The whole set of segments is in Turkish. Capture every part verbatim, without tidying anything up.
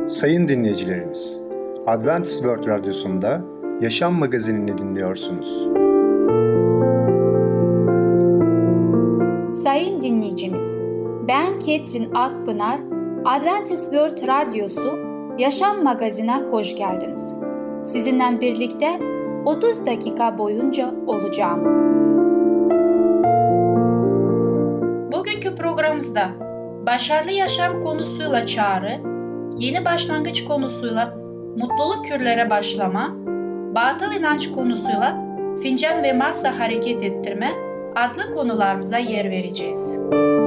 Sayın dinleyicilerimiz, Adventist World Radyosu'nda Yaşam Magazinini dinliyorsunuz. Sayın dinleyicimiz, ben Ketrin Akpınar, Adventist World Radyosu Yaşam Magazinine hoş geldiniz. Sizinle birlikte otuz dakika boyunca olacağım. Bugünkü programımızda başarılı yaşam konusuyla çağrı, yeni başlangıç konusuyla mutluluk kürlere başlama, batıl inanç konusuyla fincan ve masa hareket ettirme adlı konularımıza yer vereceğiz.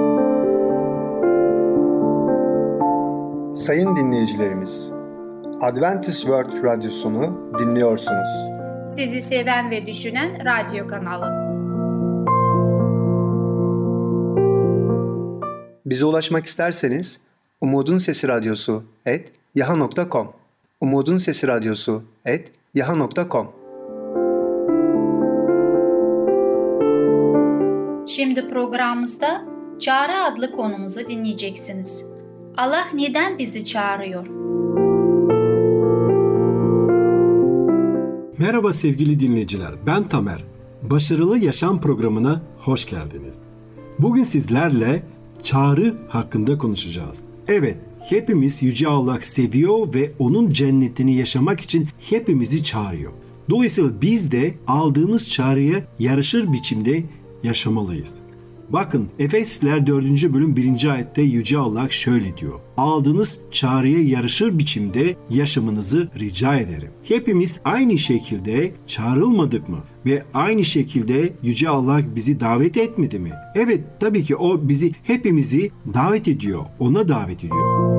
Sayın dinleyicilerimiz, Adventist World Radyosunu dinliyorsunuz. Sizi seven ve düşünen radyo kanalı. Bize ulaşmak isterseniz Umutun Sesi Radyosu et yaha nokta com Umutun Sesi Radyosu et yaha nokta com. Şimdi programımızda Çağrı adlı konumuzu dinleyeceksiniz. Allah neden bizi çağırıyor? Merhaba sevgili dinleyiciler, ben Tamer. Başarılı Yaşam programına hoş geldiniz. Bugün sizlerle çağrı hakkında konuşacağız. Evet, hepimiz Yüce Allah seviyor ve onun cennetini yaşamak için hepimizi çağırıyor. Dolayısıyla biz de aldığımız çağrıya yarışır biçimde yaşamalıyız. Bakın, Efesliler dördüncü bölüm birinci ayette Yüce Allah şöyle diyor: aldığınız çağrıya yarışır biçimde yaşamınızı rica ederim. Hepimiz aynı şekilde çağrılmadık mı? Ve aynı şekilde Yüce Allah bizi davet etmedi mi? Evet, tabii ki o bizi, hepimizi davet ediyor. Ona davet ediyor.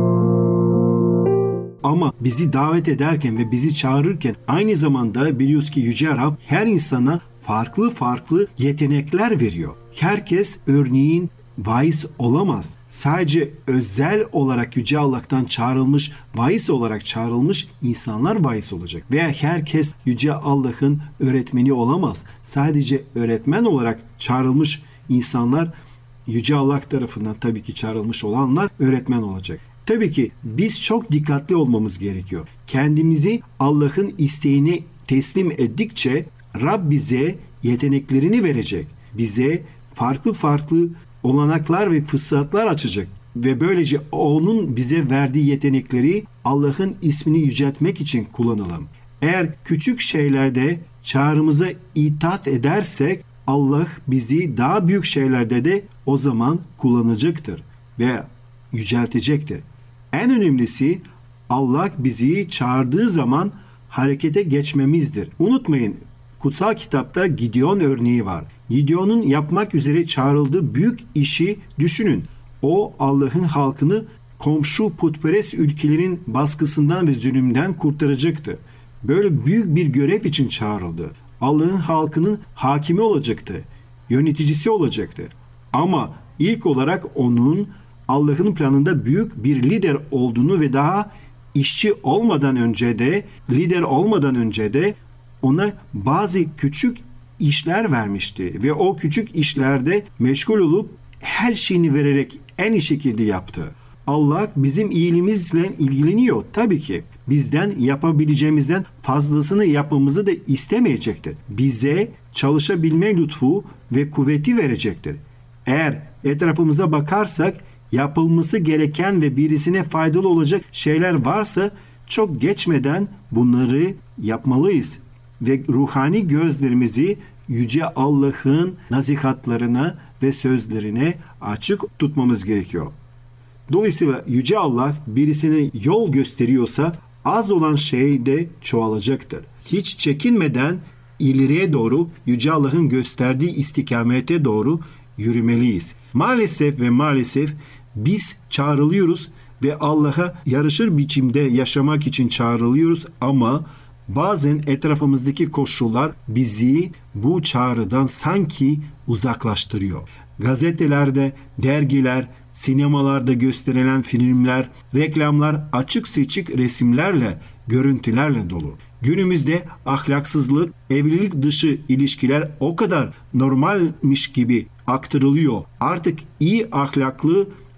Ama bizi davet ederken ve bizi çağırırken aynı zamanda biliyoruz ki Yüce Rab her insana farklı farklı yetenekler veriyor. Herkes örneğin vaiz olamaz. Sadece özel olarak Yüce Allah'tan çağrılmış, vaiz olarak çağrılmış insanlar vaiz olacak. Veya herkes Yüce Allah'ın öğretmeni olamaz. Sadece öğretmen olarak çağrılmış insanlar, Yüce Allah tarafından tabii ki çağrılmış olanlar öğretmen olacak. Tabii ki biz çok dikkatli olmamız gerekiyor. Kendimizi Allah'ın isteğine teslim ettikçe Rab bize yeteneklerini verecek. Bize farklı farklı olanaklar ve fırsatlar açacak. Ve böylece onun bize verdiği yetenekleri Allah'ın ismini yüceltmek için kullanalım. Eğer küçük şeylerde çağrımıza itaat edersek Allah bizi daha büyük şeylerde de o zaman kullanacaktır ve yüceltecektir. En önemlisi Allah bizi çağırdığı zaman harekete geçmemizdir. Unutmayın, kutsal kitapta Gideon örneği var. Gideon'un yapmak üzere çağrıldığı büyük işi düşünün. O Allah'ın halkını komşu putperest ülkelerin baskısından ve zulümden kurtaracaktı. Böyle büyük bir görev için çağrıldı. Allah'ın halkının hakimi olacaktı. Yöneticisi olacaktı. Ama ilk olarak onun Allah'ın planında büyük bir lider olduğunu ve daha işçi olmadan önce de, lider olmadan önce de ona bazı küçük işler vermişti. Ve o küçük işlerde meşgul olup her şeyini vererek en iyi şekilde yaptı. Allah bizim iyiliğimizle ilgileniyor tabii ki. Bizden yapabileceğimizden fazlasını yapmamızı da istemeyecektir. Bize çalışabilme lütfu ve kuvveti verecektir. Eğer etrafımıza bakarsak yapılması gereken ve birisine faydalı olacak şeyler varsa çok geçmeden bunları yapmalıyız. Ve ruhani gözlerimizi Yüce Allah'ın nasihatlarına ve sözlerine açık tutmamız gerekiyor. Dolayısıyla Yüce Allah birisine yol gösteriyorsa az olan şey de çoğalacaktır. Hiç çekinmeden ileriye doğru Yüce Allah'ın gösterdiği istikamete doğru yürümeliyiz. Maalesef ve maalesef biz çağrılıyoruz ve Allah'a yarışır biçimde yaşamak için çağrılıyoruz ama bazen etrafımızdaki koşullar bizi bu çağrıdan sanki uzaklaştırıyor. Gazetelerde, dergiler, sinemalarda gösterilen filmler, reklamlar açık seçik resimlerle, görüntülerle dolu. Günümüzde ahlaksızlık, evlilik dışı ilişkiler o kadar normalmiş gibi aktarılıyor. Artık iyi ahlaklı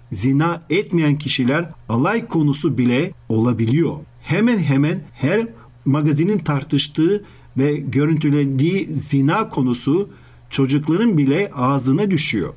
zina etmeyen kişiler alay konusu bile olabiliyor. Hemen hemen her magazinin tartıştığı ve görüntülediği zina konusu çocukların bile ağzına düşüyor.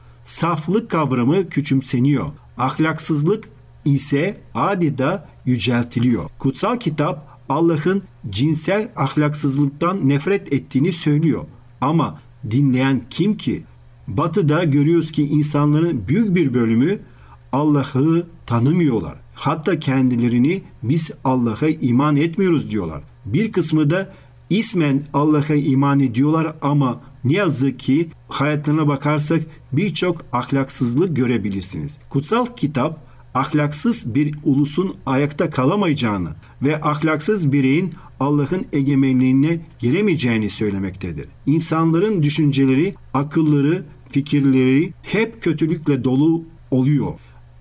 Saflık kavramı küçümseniyor. Ahlaksızlık ise adeta yüceltiliyor. Kutsal kitap Allah'ın cinsel ahlaksızlıktan nefret ettiğini söylüyor. Ama dinleyen kim ki? Batı'da görüyoruz ki insanların büyük bir bölümü Allah'ı tanımıyorlar. Hatta kendilerini biz Allah'a iman etmiyoruz diyorlar. Bir kısmı da ismen Allah'a iman ediyorlar ama ne yazık ki hayatlarına bakarsak birçok ahlaksızlık görebilirsiniz. Kutsal kitap ahlaksız bir ulusun ayakta kalamayacağını ve ahlaksız bireyin Allah'ın egemenliğine giremeyeceğini söylemektedir. İnsanların düşünceleri, akılları, fikirleri hep kötülükle dolu oluyor.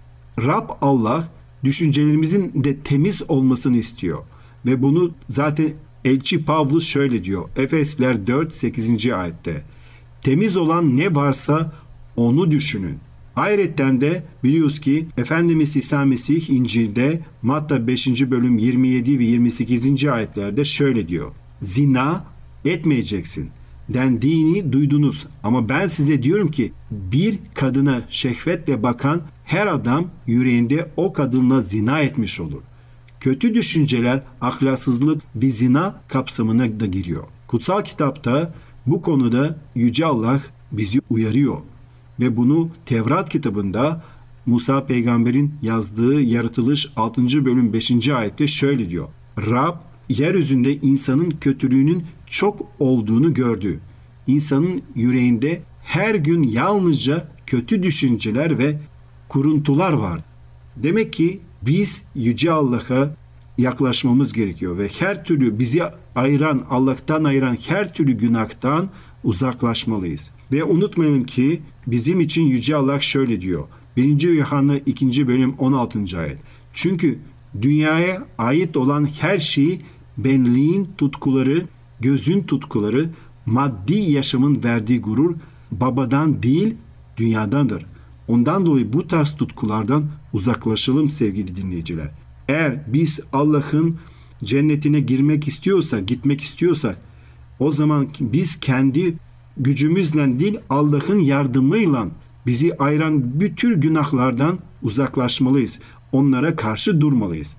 Rab Allah düşüncelerimizin de temiz olmasını istiyor. Ve bunu zaten Elçi Pavlus şöyle diyor. Efesler dört sekizinci ayette. Temiz olan ne varsa onu düşünün. Ayrıca de biliyoruz ki Efendimiz İsa Mesih İncil'de Matta beşinci bölüm yirmi yedi ve yirmi sekizinci ayetlerde şöyle diyor. Zina etmeyeceksin dendiğini duydunuz ama ben size diyorum ki bir kadına şehvetle bakan her adam yüreğinde o kadınla zina etmiş olur. Kötü düşünceler, ahlaksızlık bir zina kapsamına da giriyor. Kutsal kitapta bu konuda Yüce Allah bizi uyarıyor. Ve bunu Tevrat kitabında Musa peygamberin yazdığı Yaratılış altıncı bölüm beşinci ayette şöyle diyor. Rab yeryüzünde insanın kötülüğünün çok olduğunu gördü. İnsanın yüreğinde her gün yalnızca kötü düşünceler ve kuruntular var. Demek ki biz Yüce Allah'a yaklaşmamız gerekiyor ve her türlü bizi ayıran, Allah'tan ayıran her türlü günahtan uzaklaşmalıyız. Ve unutmayalım ki bizim için Yüce Allah şöyle diyor. birinci Yuhanna ikinci bölüm on altıncı ayet. Çünkü dünyaya ait olan her şeyi benliğin tutkuları, gözün tutkuları, maddi yaşamın verdiği gurur babadan değil dünyadandır. Ondan dolayı bu tarz tutkulardan uzaklaşalım sevgili dinleyiciler. Eğer biz Allah'ın cennetine girmek istiyorsak, gitmek istiyorsak o zaman biz kendi gücümüzle değil Allah'ın yardımıyla bizi ayıran bütün günahlardan uzaklaşmalıyız. Onlara karşı durmalıyız.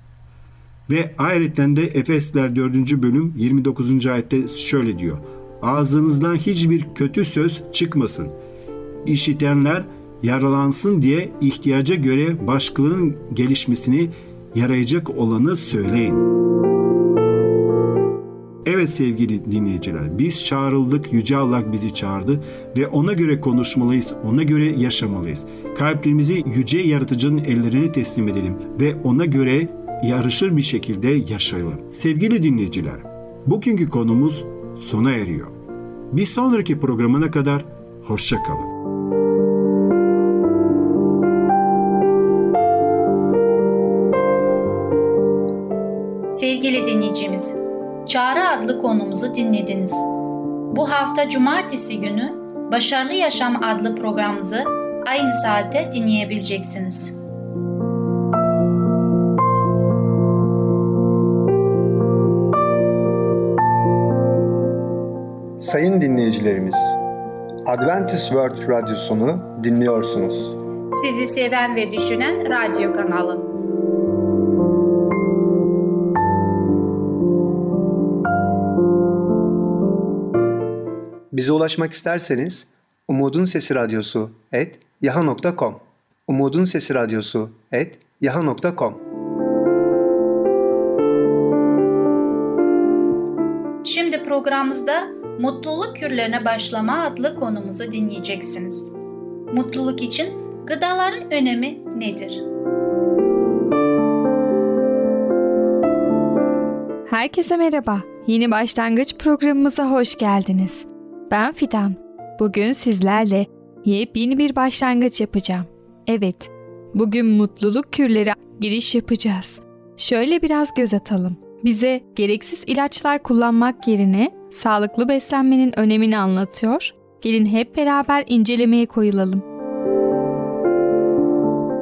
Ve ayrıca de Efesler dördüncü bölüm yirmi dokuzuncu ayette şöyle diyor. Ağzınızdan hiçbir kötü söz çıkmasın. İşitenler yaralansın diye ihtiyaca göre başkalarının gelişmesini yarayacak olanı söyleyin. Evet sevgili dinleyiciler, biz çağrıldık, Yüce Allah bizi çağırdı ve ona göre konuşmalıyız, ona göre yaşamalıyız. Kalplerimizi Yüce Yaratıcı'nın ellerine teslim edelim ve ona göre yarışır bir şekilde yaşayalım. Sevgili dinleyiciler, bugünkü konumuz sona eriyor. Bir sonraki programına kadar hoşça kalın. Sevgili dinleyicimiz, Çağrı adlı konumuzu dinlediniz. Bu hafta Cumartesi günü Başarılı Yaşam adlı programımızı aynı saatte dinleyebileceksiniz. Sayın dinleyicilerimiz, Adventist World Radyosunu dinliyorsunuz. Sizi seven ve düşünen radyo kanalı. Bize ulaşmak isterseniz Umutun Sesi Radyosu et yaha nokta com Umutun Sesi Radyosu et yaha nokta com. Şimdi programımızda Mutluluk Kürlerine Başlama adlı konumuzu dinleyeceksiniz. Mutluluk için gıdaların önemi nedir? Herkese merhaba. Yeni başlangıç programımıza hoş geldiniz. Ben Fidan. Bugün sizlerle yepyeni bir başlangıç yapacağım. Evet, bugün mutluluk kürleri giriş yapacağız. Şöyle biraz göz atalım. Bize gereksiz ilaçlar kullanmak yerine sağlıklı beslenmenin önemini anlatıyor. Gelin hep beraber incelemeye koyulalım.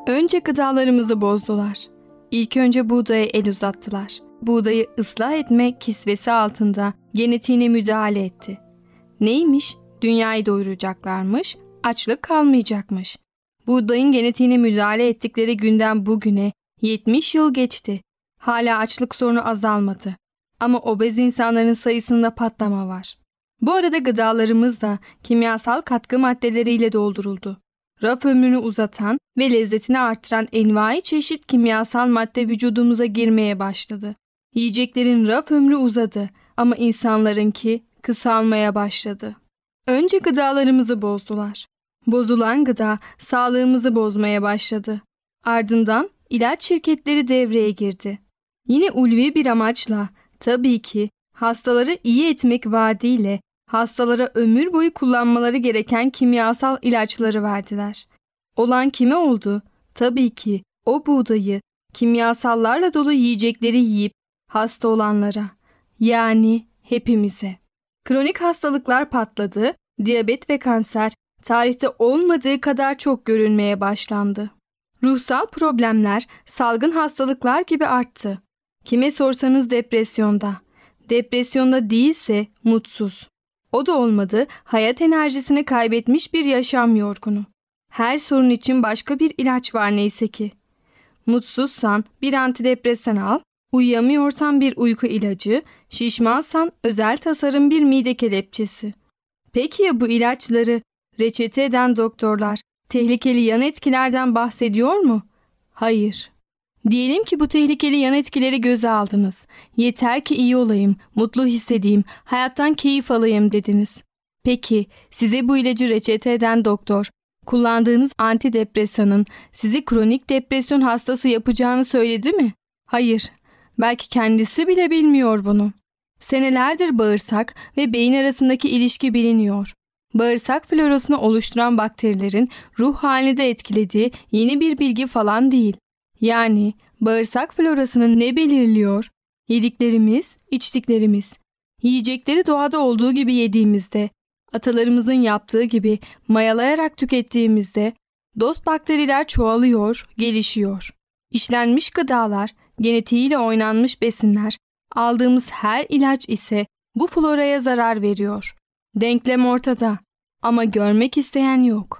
Önce gıdalarımızı bozdular. İlk önce buğdaya el uzattılar. Buğdayı ıslah etme kisvesi altında genetiğine müdahale etti. Neymiş? Dünyayı doyuracaklarmış, açlık kalmayacakmış. Buğdayın genetiğine müdahale ettikleri günden bugüne yetmiş yıl geçti. Hala açlık sorunu azalmadı. Ama obez insanların sayısında patlama var. Bu arada gıdalarımız da kimyasal katkı maddeleriyle dolduruldu. Raf ömrünü uzatan ve lezzetini artıran envai çeşit kimyasal madde vücudumuza girmeye başladı. Yiyeceklerin raf ömrü uzadı ama insanlarınki kısalmaya başladı. Önce gıdalarımızı bozdular. Bozulan gıda sağlığımızı bozmaya başladı. Ardından ilaç şirketleri devreye girdi. Yine ulvi bir amaçla, tabii ki hastaları iyi etmek vaadiyle hastalara ömür boyu kullanmaları gereken kimyasal ilaçları verdiler. Olan kime oldu? Tabii ki o buğdayı kimyasallarla dolu yiyecekleri yiyip hasta olanlara, yani hepimize. Kronik hastalıklar patladı, diyabet ve kanser tarihte olmadığı kadar çok görülmeye başlandı. Ruhsal problemler salgın hastalıklar gibi arttı. Kime sorsanız depresyonda. Depresyonda değilse mutsuz. O da olmadı, hayat enerjisini kaybetmiş bir yaşam yorgunu. Her sorun için başka bir ilaç var neyse ki. Mutsuzsan bir antidepresan al, uyuyamıyorsan bir uyku ilacı, şişmansan özel tasarım bir mide kelepçesi. Peki ya bu ilaçları reçete eden doktorlar tehlikeli yan etkilerden bahsediyor mu? Hayır. Diyelim ki bu tehlikeli yan etkileri göze aldınız. Yeter ki iyi olayım, mutlu hissedeyim, hayattan keyif alayım dediniz. Peki size bu ilacı reçete eden doktor, kullandığınız antidepresanın sizi kronik depresyon hastası yapacağını söyledi mi? Hayır. Belki kendisi bile bilmiyor bunu. Senelerdir bağırsak ve beyin arasındaki ilişki biliniyor. Bağırsak florasını oluşturan bakterilerin ruh halini de etkilediği yeni bir bilgi falan değil. Yani bağırsak florasını ne belirliyor? Yediklerimiz, içtiklerimiz. Yiyecekleri doğada olduğu gibi yediğimizde, atalarımızın yaptığı gibi mayalayarak tükettiğimizde dost bakteriler çoğalıyor, gelişiyor. İşlenmiş gıdalar, genetiğiyle oynanmış besinler, aldığımız her ilaç ise bu floraya zarar veriyor. Denklem ortada ama görmek isteyen yok.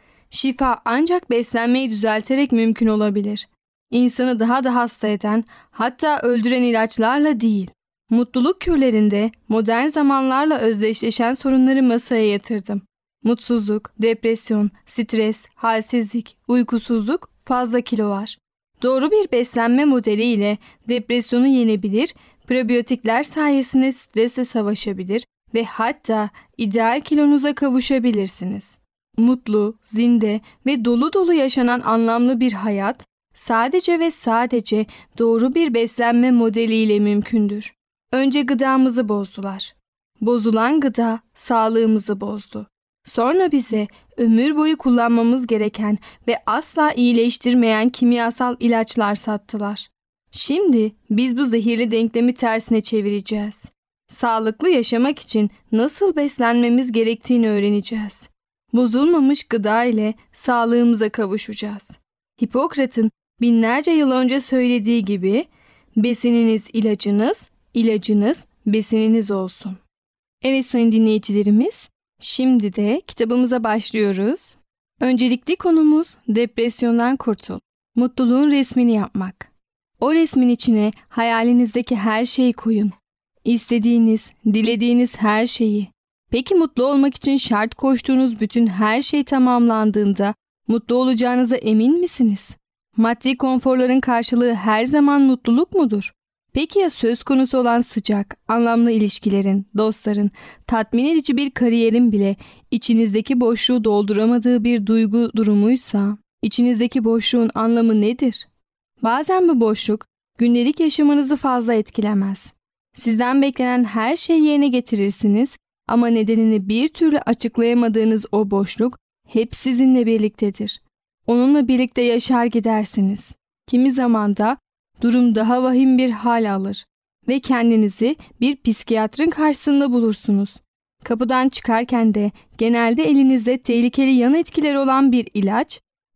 Şifa ancak beslenmeyi düzelterek mümkün olabilir. İnsanı daha da hasta eden, hatta öldüren ilaçlarla değil. Mutluluk kürlerinde modern zamanlarla özdeşleşen sorunları masaya yatırdım. Mutsuzluk, depresyon, stres, halsizlik, uykusuzluk, fazla kilo var. Doğru bir beslenme modeliyle depresyonu yenebilir, prebiyotikler sayesinde stresle savaşabilir ve hatta ideal kilonuza kavuşabilirsiniz. Mutlu, zinde ve dolu dolu yaşanan anlamlı bir hayat sadece ve sadece doğru bir beslenme modeliyle mümkündür. Önce gıdamızı bozdular. Bozulan gıda sağlığımızı bozdu. Sonra bize ömür boyu kullanmamız gereken ve asla iyileştirmeyen kimyasal ilaçlar sattılar. Şimdi biz bu zehirli denklemi tersine çevireceğiz. Sağlıklı yaşamak için nasıl beslenmemiz gerektiğini öğreneceğiz. Bozulmamış gıda ile sağlığımıza kavuşacağız. Hipokrat'ın binlerce yıl önce söylediği gibi besininiz ilacınız, ilacınız besininiz olsun. Evet sayın dinleyicilerimiz, şimdi de kitabımıza başlıyoruz. Öncelikli konumuz depresyondan kurtul. Mutluluğun resmini yapmak. O resmin içine hayalinizdeki her şeyi koyun. İstediğiniz, dilediğiniz her şeyi. Peki mutlu olmak için şart koştuğunuz bütün her şey tamamlandığında mutlu olacağınıza emin misiniz? Maddi konforların karşılığı her zaman mutluluk mudur? Peki ya söz konusu olan sıcak, anlamlı ilişkilerin, dostların, tatmin edici bir kariyerin bile içinizdeki boşluğu dolduramadığı bir duygu durumuysa, içinizdeki boşluğun anlamı nedir? Bazen bu boşluk gündelik yaşamınızı fazla etkilemez. Sizden beklenen her şeyi yerine getirirsiniz ama nedenini bir türlü açıklayamadığınız o boşluk hep sizinle birliktedir. Onunla birlikte yaşar gidersiniz. Kimi zaman da durum daha vahim bir hal alır ve kendinizi bir psikiyatrın karşısında bulursunuz. Kapıdan çıkarken de genelde elinizde tehlikeli yan etkileri olan bir ilaç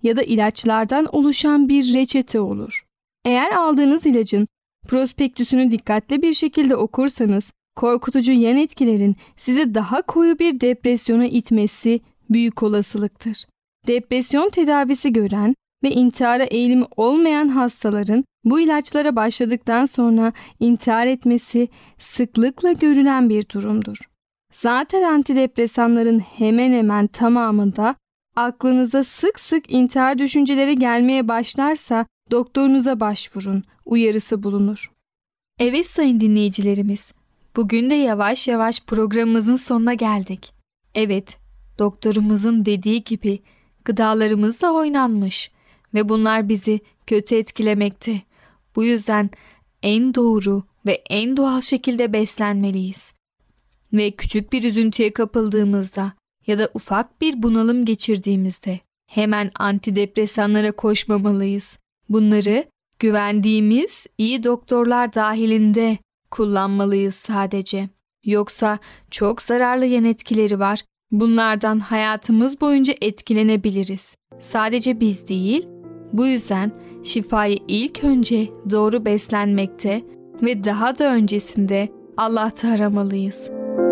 ya da ilaçlardan oluşan bir reçete olur. Eğer aldığınız ilacın prospektüsünü dikkatli bir şekilde okursanız, korkutucu yan etkilerin sizi daha koyu bir depresyona itmesi büyük olasılıktır. Depresyon tedavisi gören ve intihara eğilimi olmayan hastaların bu ilaçlara başladıktan sonra intihar etmesi sıklıkla görülen bir durumdur. Zaten antidepresanların hemen hemen tamamında aklınıza sık sık intihar düşünceleri gelmeye başlarsa doktorunuza başvurun uyarısı bulunur. Evet sayın dinleyicilerimiz, bugün de yavaş yavaş programımızın sonuna geldik. Evet, doktorumuzun dediği gibi gıdalarımız da oynanmış ve bunlar bizi kötü etkilemekte. Bu yüzden en doğru ve en doğal şekilde beslenmeliyiz. Ve küçük bir üzüntüye kapıldığımızda ya da ufak bir bunalım geçirdiğimizde hemen antidepresanlara koşmamalıyız. Bunları güvendiğimiz iyi doktorlar dahilinde kullanmalıyız sadece. Yoksa çok zararlı yan etkileri var. Bunlardan hayatımız boyunca etkilenebiliriz. Sadece biz değil, bu yüzden şifayı ilk önce doğru beslenmekte ve daha da öncesinde Allah'ta aramalıyız.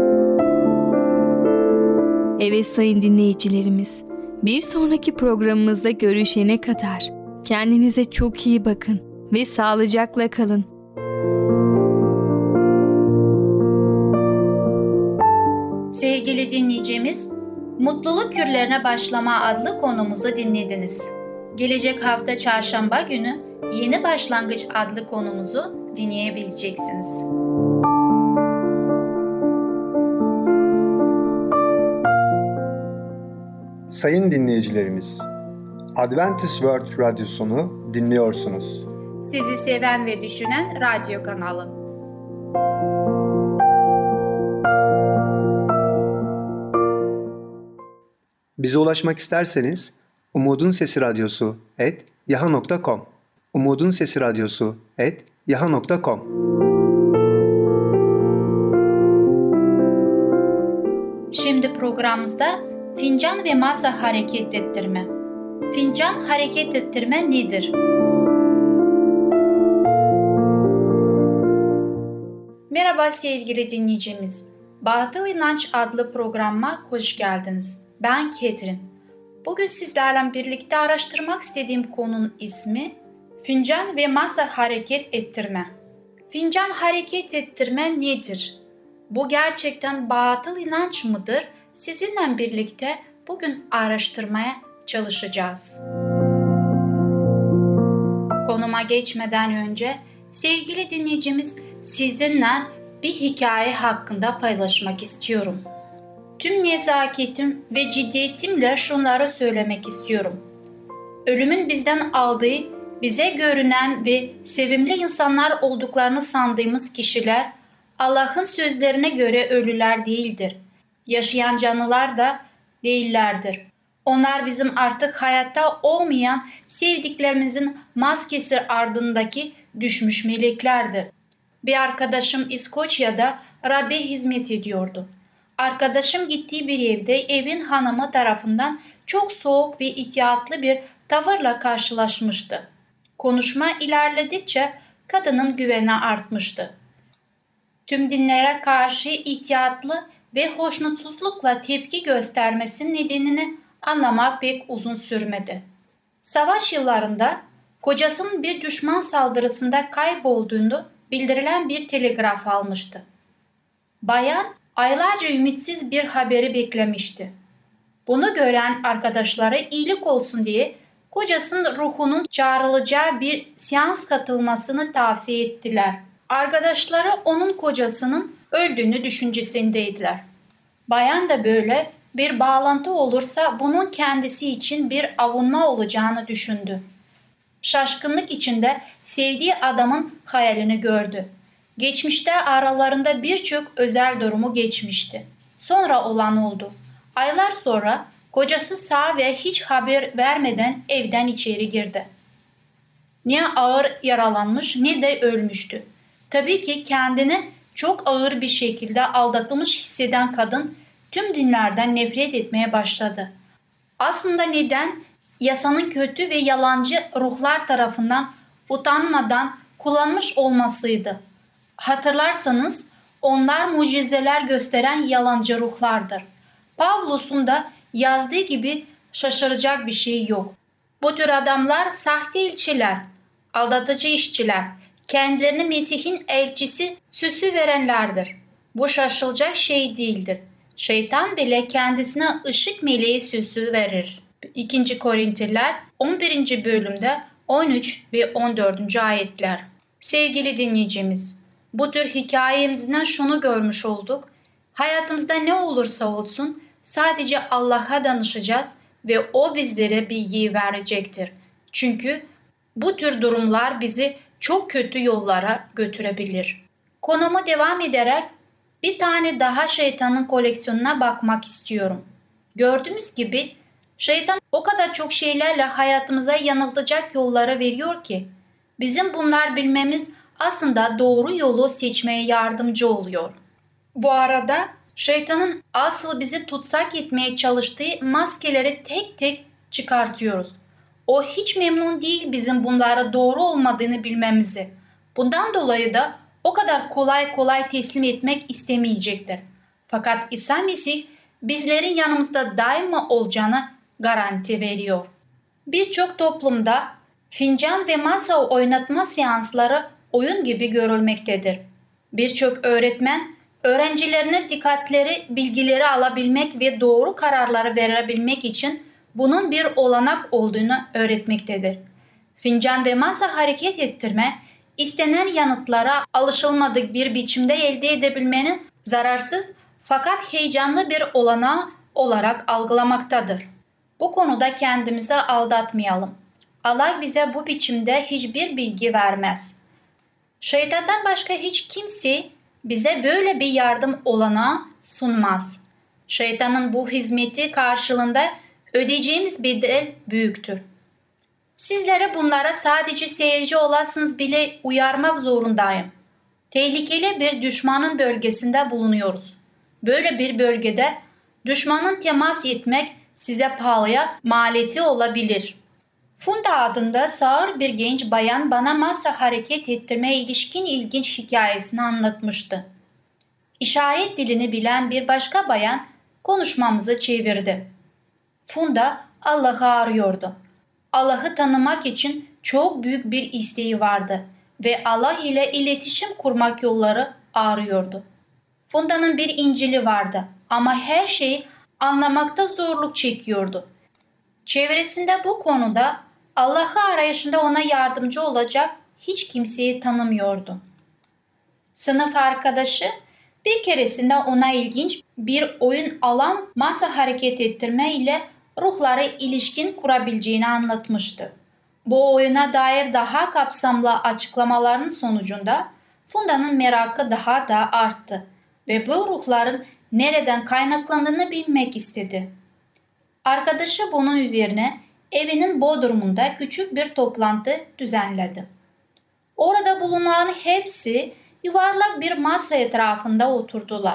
Evet sayın dinleyicilerimiz, bir sonraki programımızda görüşene kadar kendinize çok iyi bakın ve sağlıcakla kalın. Sevgili dinleyicimiz, Mutluluk Kürlerine Başlama adlı konumuzu dinlediniz. Gelecek hafta çarşamba günü Yeni Başlangıç adlı konumuzu dinleyebileceksiniz. Sayın dinleyicilerimiz, Adventist World Radyosunu dinliyorsunuz. Sizi seven ve düşünen radyo kanalı. Bize ulaşmak isterseniz Umutun Sesi Radyosu et yaha nokta com Umutun Sesi Radyosu et yaha nokta com. Şimdi programımızda fincan ve masa hareket ettirme. Fincan hareket ettirme nedir? Merhaba sevgili dinleyicimiz. Batıl İnanç adlı programa hoş geldiniz. Ben Ketrin. Bugün sizlerle birlikte araştırmak istediğim konunun ismi fincan ve masa hareket ettirme. Fincan hareket ettirme nedir? Bu gerçekten batıl inanç mıdır? Sizinle birlikte bugün araştırmaya çalışacağız. Konuma geçmeden önce sevgili dinleyicimiz sizinle bir hikaye hakkında paylaşmak istiyorum. Tüm nezaketim ve ciddiyetimle şunları söylemek istiyorum. Ölümün bizden aldığı, bize görünen ve sevimli insanlar olduklarını sandığımız kişiler Allah'ın sözlerine göre ölüler değildir. Yaşayan canlılar da değillerdir. Onlar bizim artık hayatta olmayan sevdiklerimizin maskesi ardındaki düşmüş meleklerdir. Bir arkadaşım İskoçya'da Rab'be hizmet ediyordu. Arkadaşım gittiği bir evde evin hanımı tarafından çok soğuk ve ihtiyatlı bir tavırla karşılaşmıştı. Konuşma ilerledikçe kadının güveni artmıştı. Tüm dinlere karşı ihtiyatlı ve hoşnutsuzlukla tepki göstermesinin nedenini anlamak pek uzun sürmedi. Savaş yıllarında kocasının bir düşman saldırısında kaybolduğunu bildirilen bir telgraf almıştı. Bayan aylarca ümitsiz bir haberi beklemişti. Bunu gören arkadaşları iyilik olsun diye kocasının ruhunun çağrılacağı bir seans katılmasını tavsiye ettiler. Arkadaşları onun kocasının öldüğünü düşüncesindeydiler. Bayan da böyle bir bağlantı olursa bunun kendisi için bir avunma olacağını düşündü. Şaşkınlık içinde sevdiği adamın hayalini gördü. Geçmişte aralarında birçok özel durumu geçmişti. Sonra olan oldu. Aylar sonra kocası sağ ve hiç haber vermeden evden içeri girdi. Ne ağır yaralanmış ne de ölmüştü. Tabii ki kendini çok ağır bir şekilde aldatılmış hisseden kadın tüm dinlerden nefret etmeye başladı. Aslında neden yasanın kötü ve yalancı ruhlar tarafından utanmadan kullanmış olmasıydı. Hatırlarsanız onlar mucizeler gösteren yalancı ruhlardır. Pavlus'un da yazdığı gibi şaşıracak bir şey yok. Bu tür adamlar sahte elçiler, aldatıcı işçiler, kendilerini Mesih'in elçisi süsü verenlerdir. Bu şaşılacak şey değildir. Şeytan bile kendisine ışık meleği süsü verir. ikinci Korintliler on birinci bölümde on üç ve on dördüncü ayetler. Sevgili dinleyicimiz, bu tür hikayemizden şunu görmüş olduk. Hayatımızda ne olursa olsun sadece Allah'a danışacağız ve O bizlere bilgiyi verecektir. Çünkü bu tür durumlar bizi çok kötü yollara götürebilir. Konumu devam ederek bir tane daha şeytanın koleksiyonuna bakmak istiyorum. Gördüğümüz gibi şeytan o kadar çok şeylerle hayatımıza yanıltacak yollara veriyor ki bizim bunlar bilmemiz aslında doğru yolu seçmeye yardımcı oluyor. Bu arada şeytanın asıl bizi tutsak etmeye çalıştığı maskeleri tek tek çıkartıyoruz. O hiç memnun değil bizim bunlara doğru olmadığını bilmemizi. Bundan dolayı da o kadar kolay kolay teslim etmek istemeyecektir. Fakat İsa Mesih bizlerin yanımızda daima olacağını garanti veriyor. Birçok toplumda fincan ve masa oynatma seansları oyun gibi görülmektedir. Birçok öğretmen öğrencilerine dikkatleri, bilgileri alabilmek ve doğru kararları verebilmek için bunun bir olanak olduğunu öğretmektedir. Fincan ve masa hareket ettirme, istenen yanıtlara alışılmadık bir biçimde elde edebilmenin zararsız fakat heyecanlı bir olanağı olarak algılamaktadır. Bu konuda kendimizi aldatmayalım. Allah bize bu biçimde hiçbir bilgi vermez. Şeytandan başka hiç kimse bize böyle bir yardım olanağı sunmaz. Şeytanın bu hizmeti karşılığında ödeyeceğimiz bedel büyüktür. Sizlere bunlara sadece seyirci olasınız bile uyarmak zorundayım. Tehlikeli bir düşmanın bölgesinde bulunuyoruz. Böyle bir bölgede düşmanın temas etmek size pahalıya maliyeti olabilir. Funda adında sağır bir genç bayan bana masa hareket ettirmeye ilişkin ilginç hikayesini anlatmıştı. İşaret dilini bilen bir başka bayan konuşmamızı çevirdi. Funda Allah'ı arıyordu. Allah'ı tanımak için çok büyük bir isteği vardı ve Allah ile iletişim kurmak yolları arıyordu. Funda'nın bir İncil'i vardı ama her şeyi anlamakta zorluk çekiyordu. Çevresinde bu konuda Allah'ı arayışında ona yardımcı olacak hiç kimseyi tanımıyordu. Sınıf arkadaşı bir keresinde ona ilginç bir oyun alan masa hareket ettirme ile ruhlara ilişkin kurabileceğini anlatmıştı. Bu oyuna dair daha kapsamlı açıklamaların sonucunda Funda'nın merakı daha da arttı ve bu ruhların nereden kaynaklandığını bilmek istedi. Arkadaşı bunun üzerine evinin bodrumunda küçük bir toplantı düzenledi. Orada bulunan hepsi yuvarlak bir masa etrafında oturdular.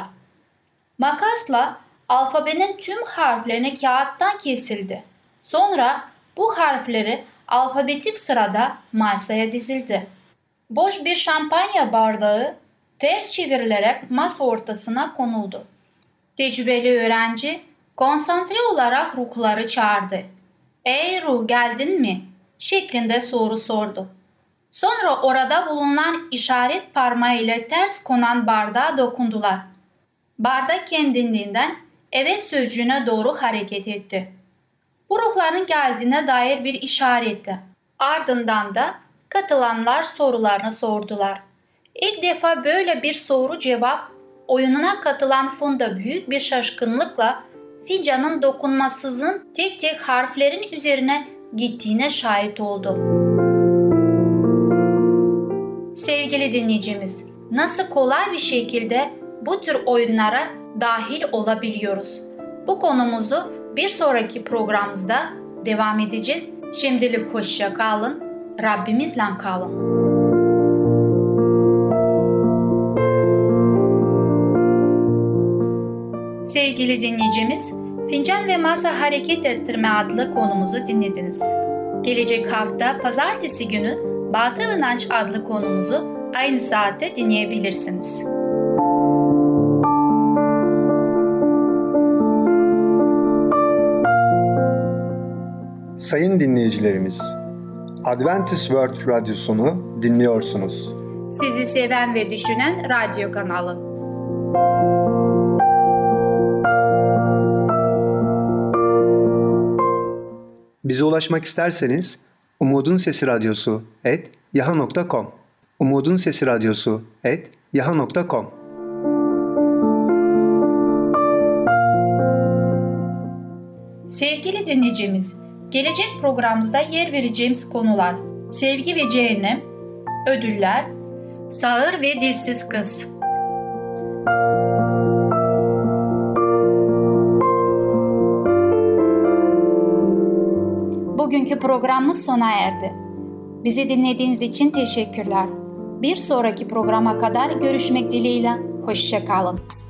Makasla alfabenin tüm harflerini kağıttan kesildi. Sonra bu harfleri alfabetik sırada masaya dizildi. Boş bir şampanya bardağı ters çevrilerek masa ortasına konuldu. Tecrübeli öğrenci konsantre olarak ruhları çağırdı. "Ey ruh, geldin mi?" şeklinde soru sordu. Sonra orada bulunan işaret parmağı ile ters konan bardağa dokundular. Bardak kendiliğinden evet sözcüğüne doğru hareket etti. Bu ruhların geldiğine dair bir işaretti. Ardından da katılanlar sorularını sordular. İlk defa böyle bir soru cevap oyununa katılan Funda büyük bir şaşkınlıkla fincanın dokunmasızın tek tek harflerin üzerine gittiğine şahit oldu. Sevgili dinleyicimiz, nasıl kolay bir şekilde bu tür oyunlara dahil olabiliyoruz? Bu konumuzu bir sonraki programımızda devam edeceğiz. Şimdilik hoşça kalın, Rabbimizle kalın. Sevgili dinleyicimiz, Fincan ve Masa Hareket Ettirme adlı konumuzu dinlediniz. Gelecek hafta pazartesi günü Batıl İnanç adlı konumuzu aynı saatte dinleyebilirsiniz. Sayın dinleyicilerimiz, Adventist World Radyosunu dinliyorsunuz. Sizi seven ve düşünen radyo kanalı. Bize ulaşmak isterseniz Umutun Sesi Radyosu et yaha nokta com Umutun Sesi Radyosu et yaha nokta com. Sevgili dinleyicimiz, gelecek programımızda yer vereceğimiz konular: sevgi ve cehennem, ödüller, sağır ve dilsiz kız. Bugünkü programımız sona erdi. Bizi dinlediğiniz için teşekkürler. Bir sonraki programa kadar görüşmek dileğiyle. Hoşça kalın.